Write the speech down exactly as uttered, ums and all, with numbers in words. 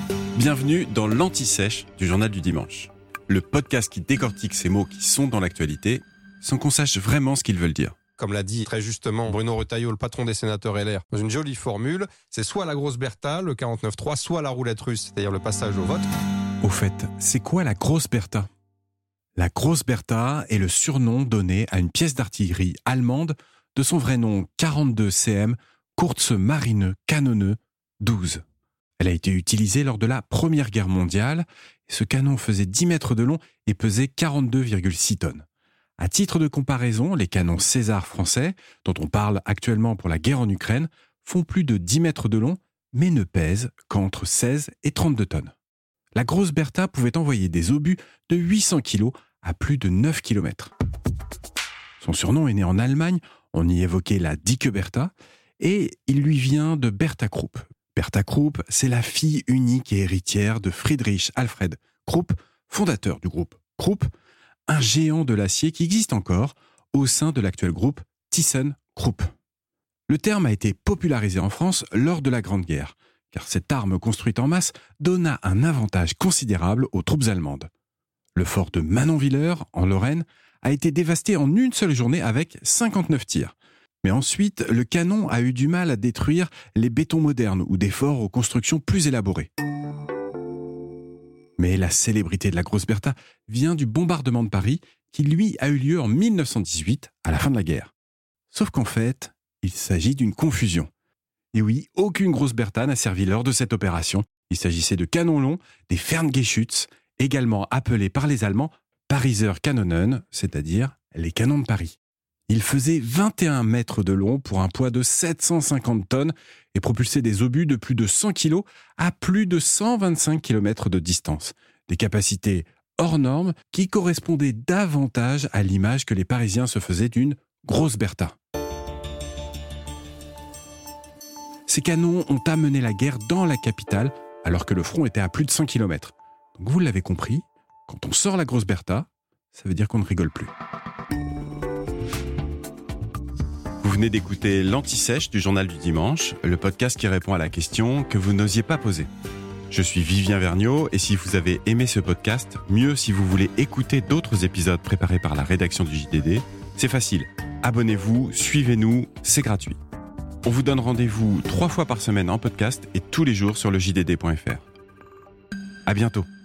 Bienvenue dans l'Anti-Sèche du Journal du Dimanche. Le podcast qui décortique ces mots qui sont dans l'actualité sans qu'on sache vraiment ce qu'ils veulent dire. Comme l'a dit très justement Bruno Retailleau, le patron des sénateurs L R, dans une jolie formule, c'est soit la grosse Bertha, le quarante-neuf trois, soit la roulette russe, c'est-à-dire le passage au vote. Au fait, c'est quoi la grosse Bertha ? La grosse Bertha est le surnom donné à une pièce d'artillerie allemande de son vrai nom quarante-deux C M, Kurzmarinne Kanone douze. Elle a été utilisée lors de la Première Guerre mondiale. Ce canon faisait dix mètres de long et pesait quarante-deux virgule six tonnes. À titre de comparaison, les canons César français, dont on parle actuellement pour la guerre en Ukraine, font plus de dix mètres de long, mais ne pèsent qu'entre seize et trente-deux tonnes. La grosse Bertha pouvait envoyer des obus de huit cents kilos à plus de neuf kilomètres. Son surnom est né en Allemagne, on y évoquait la Dicke Bertha, et il lui vient de Bertha Krupp. Bertha Krupp, c'est la fille unique et héritière de Friedrich Alfred Krupp, fondateur du groupe Krupp, un géant de l'acier qui existe encore au sein de l'actuel groupe ThyssenKrupp. Le terme a été popularisé en France lors de la Grande Guerre, car cette arme construite en masse donna un avantage considérable aux troupes allemandes. Le fort de Manonwiller, en Lorraine, a été dévasté en une seule journée avec cinquante-neuf tirs. Mais ensuite, le canon a eu du mal à détruire les bétons modernes ou des forts aux constructions plus élaborées. Mais la célébrité de la grosse Bertha vient du bombardement de Paris qui, lui, a eu lieu en mille neuf cent dix-huit, à la fin de la guerre. Sauf qu'en fait, il s'agit d'une confusion. Et oui, aucune grosse Bertha n'a servi lors de cette opération. Il s'agissait de canons longs, des Ferngeschütz, également appelés par les Allemands Pariser Kanonen, c'est-à-dire les canons de Paris. Il faisait vingt et un mètres de long pour un poids de sept cent cinquante tonnes et propulsait des obus de plus de cent kilos à plus de cent vingt-cinq kilomètres de distance. Des capacités hors normes qui correspondaient davantage à l'image que les Parisiens se faisaient d'une grosse Bertha. Ces canons ont amené la guerre dans la capitale alors que le front était à plus de cent kilomètres. Donc vous l'avez compris, quand on sort la grosse Bertha, ça veut dire qu'on ne rigole plus. Vous venez d'écouter l'Anti-Sèche du Journal du Dimanche, le podcast qui répond à la question que vous n'osiez pas poser. Je suis Vivien Vergniaud et si vous avez aimé ce podcast, mieux si vous voulez écouter d'autres épisodes préparés par la rédaction du J D D, c'est facile. Abonnez-vous, suivez-nous, c'est gratuit. On vous donne rendez-vous trois fois par semaine en podcast et tous les jours sur le j d d point f r. À bientôt.